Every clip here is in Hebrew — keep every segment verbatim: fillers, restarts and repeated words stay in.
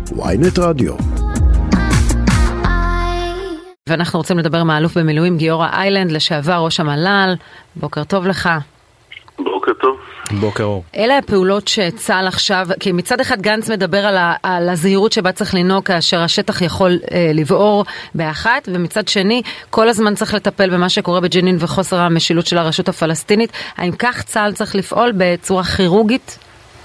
וויינט רדיו. ואנחנו רוצים לדבר עם האלוף במילואים גיורא איילנד, לשעבר ראש המל"ל. בוקר טוב לך. בוקר טוב. בוקר אור. אלה הפעולות שצה"ל עכשיו, כי מצד אחד גנץ מדבר על, ה, על הזהירות שבה צריך לנהוג כאשר השטח יכול אה, לבעור באחת, ומצד שני כל הזמן צריך לטפל במה שקורה בג'נין וחוסר המשילות של הרשות הפלסטינית. האם כך צה"ל צריך לפעול בצורה כירורגית?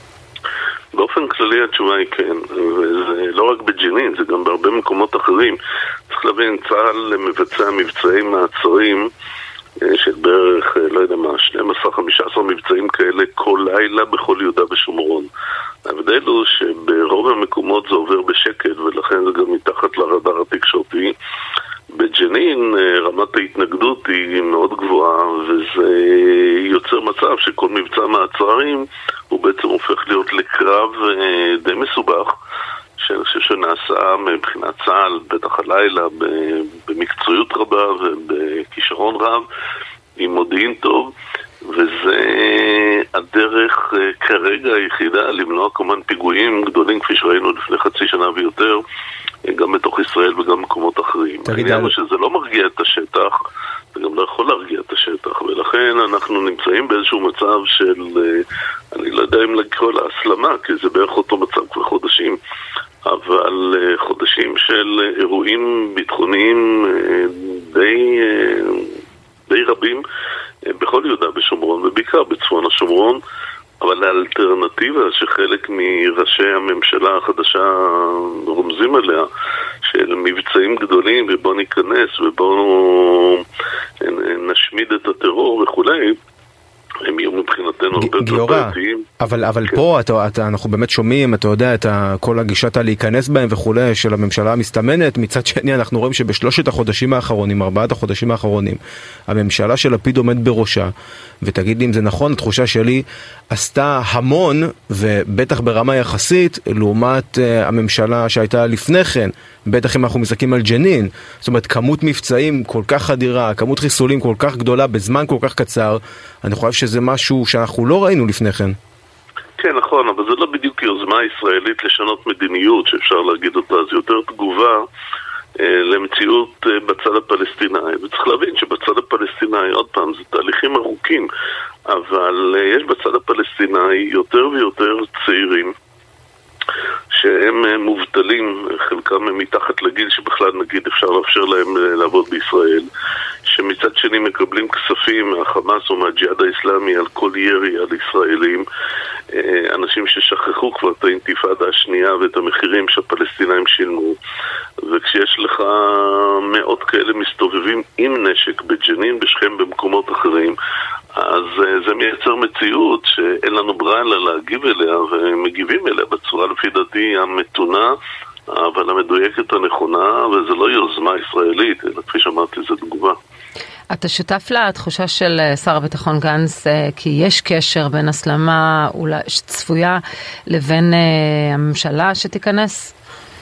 באופן כללי התשובה היא כן, וזה לא רק בג'נין, זה גם בהרבה מקומות אחרים. צריך להבין, צה"ל מבצע מבצעי מעצרים של בערך, לא יודע מה, שנים עשר חמישה עשר מבצעים כאלה כל לילה בכל יהודה ושומרון. ההבדל הוא שברוב המקומות זה עובר בשקט, ולכן זה גם מתחת לרדאר התקשורתי. בג'נין רמת ההתנגדות היא מאוד גבוהה, וזה יוצר מצב שכל מבצע מעצרים הוא בעצם הופך להיות לקרב די מסובך, שאני חושב שנעשה מבחינת צה"ל, בטח הלילה, במקצועיות רבה ובכישרון רב, עם מודיעין טוב, וזה הדרך כרגע היחידה למנוע כמובן פיגועים גדולים כפי שראינו לפני חצי שנה ויותר, גם בתוך ישראל וגם במקומות אחרים. העניין הוא שזה לא מרגיע את השטח, וגם לא יכול להרגיע את השטח, ולכן אנחנו נמצאים באיזשהו מצב של, אני לא יודע אם לקרוא לה הסלמה, כי זה בערך אותו מצב כבר חודשים, אבל חודשים של אירועים ביטחוניים די, די רבים בכל יהודה ושומרון, ובעיקר בצפון השומרון, אבל האלטרנטיבה שחלק מראשי הממשלה החדשה רומזים עליה, של מבצעים גדולים ובוא ניכנס ובוא נשמיד את הטרור וכולי, הם יהיו מבחינתנו הרבה יותר בעייתיים. אבל, אבל כן. פה אתה, אתה, אנחנו באמת שומעים, אתה יודע, את כל הגישת להיכנס בהם וכולי של הממשלה המסתמנת. מצד שני אנחנו רואים שבשלושת החודשים האחרונים, ארבעת החודשים האחרונים, הממשלה של לפיד עומד בראשה, ותגיד לי אם זה נכון, התחושה שלי עשתה המון, ובטח ברמה יחסית, לעומת uh, הממשלה שהייתה לפני כן, בטח אם אנחנו מסתכלים על ג'נין. זאת אומרת, כמות מבצעים כל כך אדירה, כמות חיסולים כל כך גדולה, בזמן כל כך קצר, אני חושב שזה משהו שאנחנו לא ראינו לפני כן. כן, נכון, אבל זה לא בדיוק יוזמה ישראלית לשנות מדיניות, שאפשר להגיד אותה, זה יותר תגובה אה, למציאות אה, בצד הפלסטיני. וצריך להבין שבצד הפלסטיני, עוד פעם, זה תהליכים ארוכים, אבל אה, יש בצד הפלסטיני יותר ויותר צעירים, שהם מובטלים, חלקם הם מתחת לגיל שבכלל נגיד אפשר לאפשר להם לעבוד בישראל, שמצד שני מקבלים כספים מהחמאס או מהג'יהאד האסלאמי על כל ירי על ישראלים, אנשים ששכחו כבר את האינתיפאדה השנייה ואת המחירים שהפלסטינאים שילמו, וכשיש לך מאות כאלה מסתובבים עם נשק בג'נין, בשכם, במקומות אחרים, אז זה מייצר מציאות שאין לנו ברירה אלא להגיב אליה, ומגיבים אליה בצורה לפי דעתי המתונה, אבל המדויקת הנכונה, וזה לא יוזמה ישראלית, אלא כפי שאמרתי, זה תגובה. אתה שותף לתחושה של שר הביטחון גנץ, כי יש קשר בין הסלמה צפויה לבין הממשלה שתיכנס?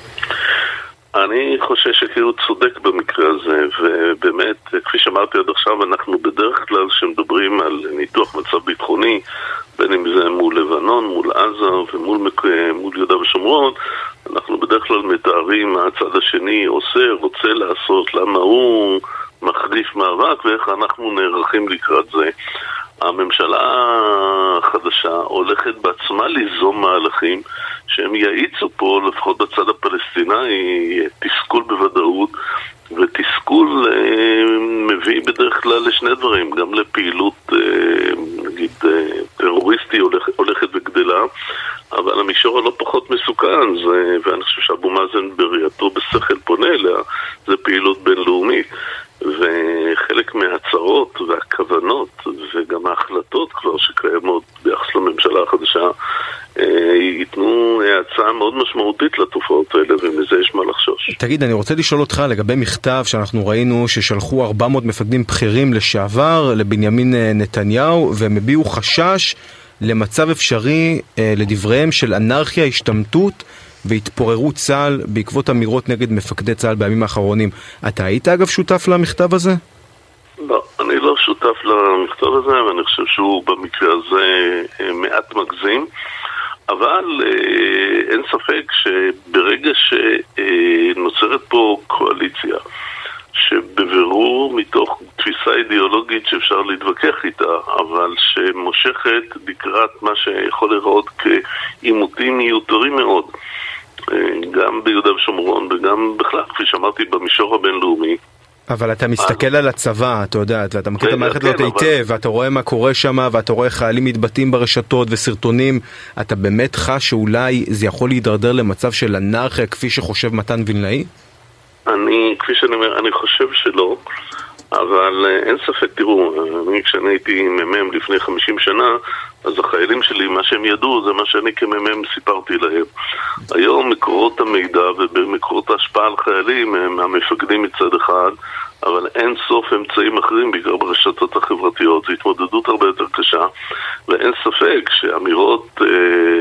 אני חושב שכאילו צודק במקרה הזה, ובאמת, כפי שאמרתי עד עכשיו, אנחנו בדרך כלל שמדברים על ניתוח מצב ביטחוני, בין אם זה מול לבנון, מול עזה ומול מול יהודה ושומרון, אנחנו בדרך כלל מתארים מה הצד השני עושה, רוצה לעשות, למה הוא מחריף מאבק ואיך אנחנו נערכים לקראת זה. הממשלה החדשה הולכת בעצמה ליזום מהלכים שהם יעיצו פה, לפחות בצד הפלסטיני, תסכול בוודאות, ותסכול אה, מביא בדרך כלל לשני דברים, גם לפעילות אה, נגיד אה, טרוריסטי הולכ, הולכת וגדלה, אבל המישור הלא פחות מסוכן, זה, ואני חושב שאבו מאזן בראייתו בשכל פונה אליה, זה פעילות בינלאומית. וחלק מההצהרות והכוונות וגם ההחלטות כבר שקיימות ביחס לממשלה החדשה ייתנו הצעה מאוד משמעותית לתופעות האלה, ומזה יש מה לחשוש. תגיד, אני רוצה לשאול אותך לגבי מכתב שאנחנו ראינו ששלחו ארבע מאות מפקדים בכירים לשעבר לבנימין נתניהו, והם הביעו חשש למצב אפשרי לדבריהם של אנרכיה, השתמטות והתפוררות צה"ל בעקבות אמירות נגד מפקדי צה"ל בימים האחרונים. אתה היית אגב שותף למכתב הזה? לא, אני לא שותף למכתב הזה, ואני חושב שהוא במקרה הזה מעט מגזים. אבל אין ספק שברגע שנוצרת פה קואליציה, שבבירור מתוך תפיסה אידיאולוגית שאפשר להתווכח איתה, אבל שמושכת לקראת מה שיכול לראות כעימותים מיותרים מאוד, גם ביהודה ושומרון וגם בכלל, כפי שאמרתי, במישור הבינלאומי. אבל אתה מסתכל על הצבא, אתה יודע, ואתה מכיר את המערכת הזאת היטב, ואתה רואה מה קורה שם, ואתה רואה חיילים מתבטאים ברשתות וסרטונים, אתה באמת חש שאולי זה יכול להידרדר למצב של אנרכיה, כפי שחושב מתן וילנאי? אני, כפי שאני אומר, אני חושב שלא, אבל אין ספק, תראו, אני כשאני הייתי ממם לפני חמישים שנה, אז החיילים שלי, מה שהם ידעו, זה מה שאני כממם סיפרתי להם. היום מקורות המידע ובמקורות ההשפעה על חיילים הם המפקדים מצד אחד, אבל אין סוף אמצעים אחרים, בעיקר ברשתות החברתיות. זו התמודדות הרבה יותר קשה, ואין ספק שאמירות, אה,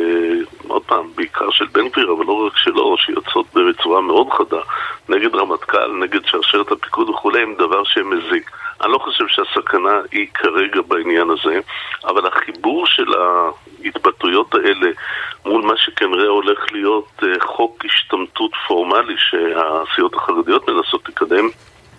עוד פעם, בעיקר של בן גביר, אבל לא רק שלו, שיוצאות בצורה מאוד חדה, נגד רמטכ"ל, נגד שרשרת הפיקוד וכו', הם דבר שמזיק. אני לא חושב שהסכנה היא כרגע בעניין הזה, אבל החיבור של ההתבטאויות האלה מול מה שכנראה הולך להיות חוק השתמטות פורמלי שהסיעות החרדיות מנסות לקדם,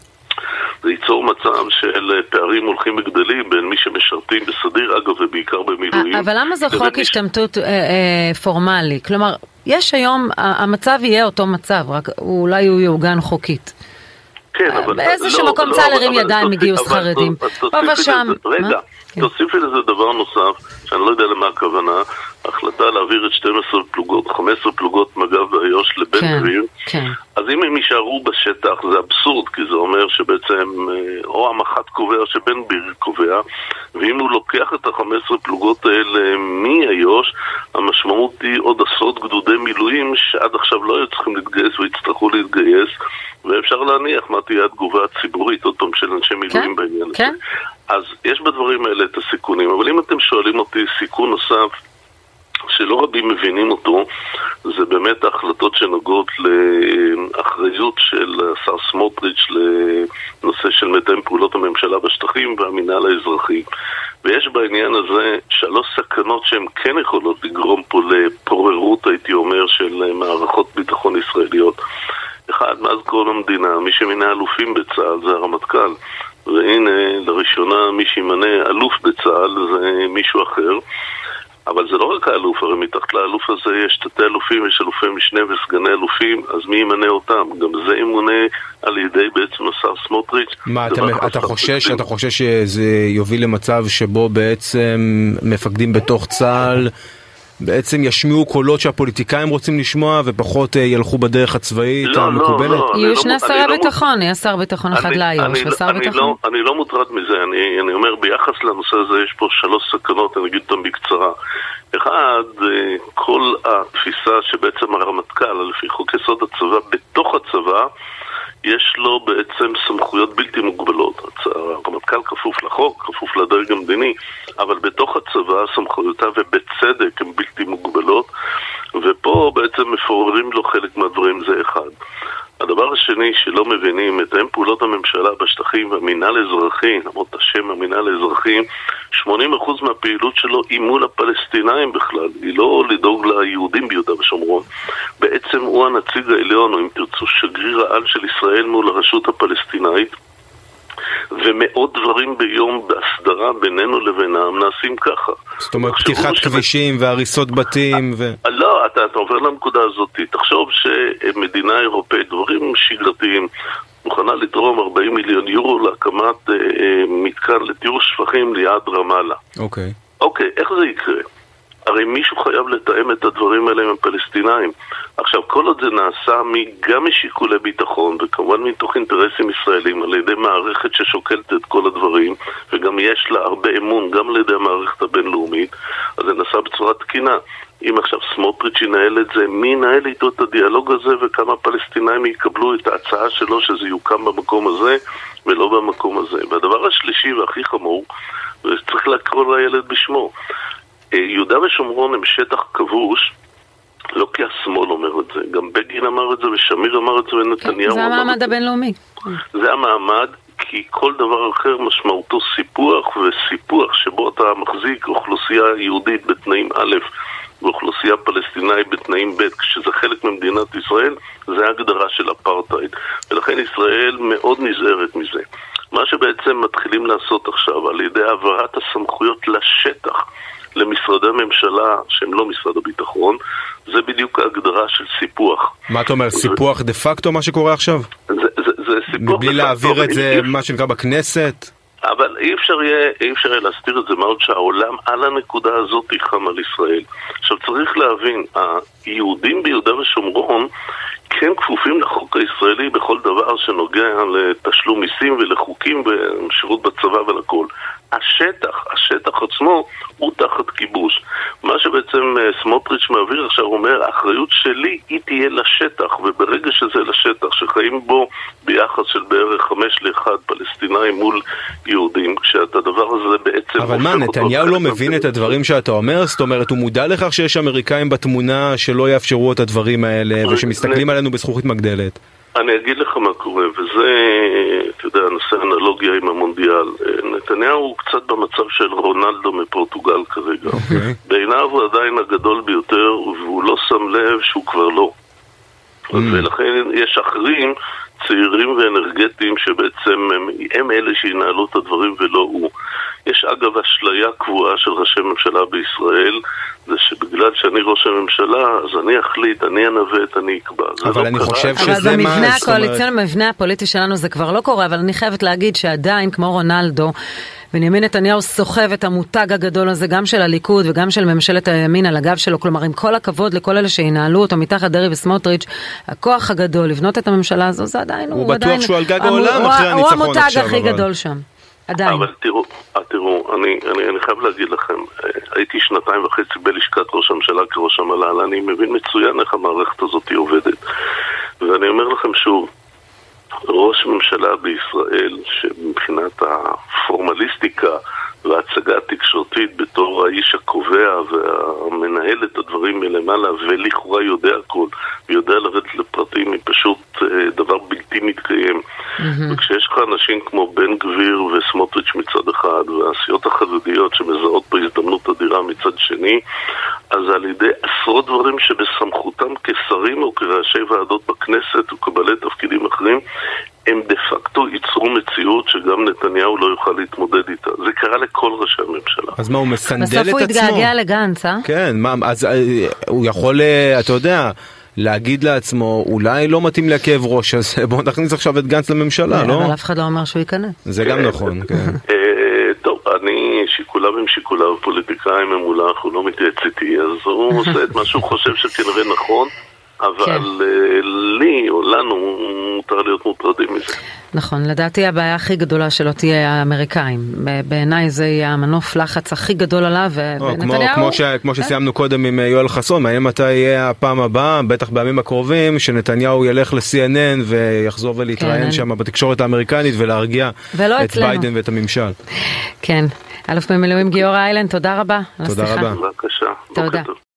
זה ייצור מצב של פערים הולכים וגדלים בין מי שמשרתים בסדיר, אגב, ובעיקר במילואים. אבל למה זה חוק השתמטות פורמלי? כלומר, יש היום, המצב יהיה אותו מצב, רק אולי הוא יעוגן חוקית. כן, אבל... באיזשהו מקום צה"ל הרים ידיים מגיוס חרדים. פה ושם. רגע, תוסיפי לזה דבר נוסף, שאני לא יודע למה הכוונה, החלטה להעביר את שתים עשרה פלוגות, חמש עשרה פלוגות מג"ב ואיו"ש לבן גביר, אז אם הם יישארו בשטח זה אבסורד, כי זה אומר שבעצם או המח"ט קובע או שבן גביר קובע, ואם הוא לוקח את ה-חמש עשרה פלוגות האלה מאיו"ש, המשמעות היא עוד עשרות גדודי מילואים שעד עכשיו לא היו צריכים להתגייס ויצטרכו להתגייס, ואפשר להניח מה תהיה התגובה הציבורית, עוד פעם, של אנשי מילואים בעניין הזה. אז יש בדברים האלה את הסיכונים, אבל אם אתם שואלים אותי סיכון נוסף, שלא רבים מבינים אותו, זה באמת ההחלטות שנוגעות לאחריות של השר סמוטריץ' לנושא של מתאם פעולות הממשלה בשטחים והמינהל האזרחי. ויש בעניין הזה שלוש סכנות שהן כן יכולות לגרום פה לפוררות, הייתי אומר, של מערכות ביטחון ישראליות. אחד, מאז כל המדינה, מי שמינה אלופים בצה"ל זה הרמטכ"ל, והנה לראשונה מי שימנה אלוף בצה"ל זה מישהו אחר, אבל זה לא רק האלוף, הרי מתחת לאלוף הזה יש תתי אלופים, יש אלופי משנה וסגני אלופים, אז מי ימנה אותם? גם זה ימונה על ידי בעצם השר סמוטריץ'. מה, אתה, אתה חושש, אתה חושש שזה יוביל למצב שבו בעצם מפקדים בתוך צה"ל בעצם ישמיעו קולות שהפוליטיקאים רוצים לשמוע ופחות ילכו בדרך הצבאית המקובלת? יהיו שני שרי ביטחון, יהיה שר ביטחון אחד לאיו"ש ושר ביטחון. אני לא מוטרד מזה, אני אומר ביחס לנושא הזה יש פה שלוש סכנות, אני אגיד אותם בקצרה. אחד, כל התפיסה שבעצם הרמטכ"ל, לפי חוק יסוד הצבא, בתוך הצבא, יש לו בעצם סמכויות בלתי מוגבלות. הרמטכ"ל כפוף לחוק, כפוף לדרג המדיני, אבל בתוך הצבא סמכויותיו ובצדק הן בלתי מוגבלות, ופה בעצם מפוררים לו חלק מהדברים, זה אחד. הדבר השני שלא מבינים, מתאם פעולות הממשלה בשטחים והמינהל האזרחי, למרות השם המינהל האזרחי, שמונים אחוז מהפעילות שלו היא מול הפלסטינאים בכלל, היא לא לדאוג ליהודים ביהודה ושומרון. בעצם הוא הנציג העליון, או אם תרצו שגריר העל של ישראל מול הרשות הפלסטינאית, ומאות דברים ביום בהסדרה בינינו לבינם נעשים ככה. זאת אומרת, פתיחת כבישים והריסות בתים ו... לא, אתה עובר לנקודה הזאת. תחשוב שמדינה אירופאית, דברים שגרתיים, מוכנה לתרום ארבעים מיליון יורו להקמת מתקן לטיהור שפכים ליד רמאללה. אוקיי. אוקיי, איך זה יקרה? הרי מישהו חייב לתאם את הדברים האלה עם הפלסטינאים. עכשיו, כל עוד זה נעשה גם משיקולי ביטחון, וכמובן מתוך אינטרסים ישראלים, על ידי מערכת ששוקלת את כל הדברים, וגם יש לה הרבה אמון, גם על ידי המערכת הבינלאומית, אז זה נעשה בצורה תקינה. אם עכשיו סמוטריץ' ינהל את זה, מי ינהל איתו את הדיאלוג הזה, וכמה פלסטינאים יקבלו את ההצעה שלו שזה יוקם במקום הזה, ולא במקום הזה. והדבר השלישי והכי חמור, וצריך לקרוא לילד בשמו, יהודה ושומרון הם שטח כבוש, לא כי השמאל אומר את זה, גם בגין אמר את זה ושמיר אמר את זה ונתניהו זה המעמד הבינלאומי. זה המעמד, כי כל דבר אחר משמעותו סיפוח, וסיפוח שבו אתה מחזיק אוכלוסייה יהודית בתנאים א' ואוכלוסייה פלסטינאית בתנאים ב' כשזה חלק ממדינת ישראל, זה הגדרה של אפרטהייד. ולכן ישראל מאוד נזהרת מזה. מה שבעצם מתחילים לעשות עכשיו על ידי העברת הסמכויות לשטח, למשרדי ממשלה שהם לא משרד הביטחון, זה בדיוק ההגדרה של סיפוח. מה אתה אומר, סיפוח דה פקטו מה שקורה עכשיו? זה, זה, זה סיפוח מבלי להעביר את זה מה שנקרא בכנסת? אבל אי אפשר יהיה, אי אפשר יהיה להסתיר את זה, מה עוד שהעולם על הנקודה הזאת יחם על ישראל. עכשיו צריך להבין, היהודים ביהודה ושומרון כן כפופים לחוק הישראלי בכל דבר שנוגע לתשלום מיסים ולחוקים ושירות בצבא ולכל. השטח, השטח עצמו הוא תחת כיבוש. מה שבעצם סמוטריץ' מעביר עכשיו אומר, האחריות שלי היא תהיה לשטח, וברגע שזה לשטח, שחיים בו ביחס של בערך חמש לאחד פלסטינאים מול יהודים, כשאת הדבר הזה בעצם... אבל מה, נתניהו לא מבין את הדברים שאתה אומר? זאת אומרת, הוא מודע לכך שיש אמריקאים בתמונה שלא יאפשרו את הדברים האלה, ושמסתכלים עלינו בזכוכית מגדלת. אני אגיד לך מה קורה, וזה, אתה יודע, נושא אנלוגיה עם המונדיאל. נתניהו הוא קצת במצב של רונלדו מפורטוגל כרגע. Okay. בעיניו הוא עדיין הגדול ביותר, והוא לא שם לב שהוא כבר לא. Mm. ולכן יש אחרים, צעירים ואנרגטיים, שבעצם הם, הם אלה שינהלו את הדברים ולא הוא. יש אגב אשליה קבועה של ראשי ממשלה בישראל, זה שבגלל שאני ראש הממשלה, אז אני אחליט, אני אנווט, אני אקבע. אבל אני חושב שזה מה... אבל במבנה הקואליציוני, במבנה הפוליטי שלנו זה כבר לא קורה, אבל אני חייבת להגיד שעדיין, כמו רונלדו, בנימין נתניהו סוחב את המותג הגדול הזה, גם של הליכוד וגם של ממשלת הימין על הגב שלו, כלומר, עם כל הכבוד לכל אלה שינהלו אותו מתחת דרי וסמוטריץ', הכוח הגדול לבנות את הממשלה הזו, זה עדיין... הוא בטוח שהוא על גג העולם אחרי הניצחון עכשיו. הוא המותג הכי גדול שם. עדיין. אבל תראו, תראו, אני, אני, אני חייב להגיד לכם, הייתי שנתיים וחצי בלשכת ראש הממשלה כראש המל"ל, אני מבין מצוין איך המערכת הזאת עובדת. ואני אומר לכם שוב, ראש ממשלה בישראל, שמבחינת הפורמליסטיקה וההצגה התקשורתית בתור האיש הקובע והמנהל את הדברים מלמעלה ולכאורה יודע הכל ויודע לרדת לפרטים, היא פשוט דבר בלתי מתקיים. Mm-hmm. וכשיש לך אנשים כמו בן גביר וסמוטריץ' מצד אחד והסיעות החרדיות שמזהות בהזדמנות אדירה מצד שני, אז על ידי עשרות דברים שבסמכותם כשרים או כראשי ועדות בכנסת וקבלי תפקידים אחרים, הם דה פקטו ייצרו מציאות שגם נתניהו לא יוכל להתמודד איתה. זה קרה לכל ראשי הממשלה. אז מה, הוא מסנדל את עצמו? בסוף הוא התגעגע לגנץ, אה? כן, מה, אז הוא יכול, אתה יודע, להגיד לעצמו, אולי לא מתאים להכאב ראש, אז בואו נכניס עכשיו את גנץ לממשלה, לא? אבל אף אחד לא אומר שהוא ייכנס. זה גם נכון, כן. טוב, אני, שיקוליו עם שיקוליו, פוליטיקאים ממולח, הוא לא מתייעץ איתי, אז הוא עושה את מה שהוא חושב שכנראה נכון, אבל לי או לנו מותר להיות מוטרדים מזה. נכון, לדעתי הבעיה הכי גדולה שלא תהיה האמריקאים. בעיניי זה יהיה המנוף לחץ הכי גדול עליו, ונתניהו... כמו שסיימנו קודם עם יואל חסון, מעניין מתי יהיה הפעם הבאה, בטח בימים הקרובים, שנתניהו ילך ל-סי אן אן ויחזור ולהתראיין שם בתקשורת האמריקנית ולהרגיע את ביידן ואת הממשל. כן, אלוף במילואים גיורא איילנד, תודה רבה. תודה רבה. בבקשה. תודה.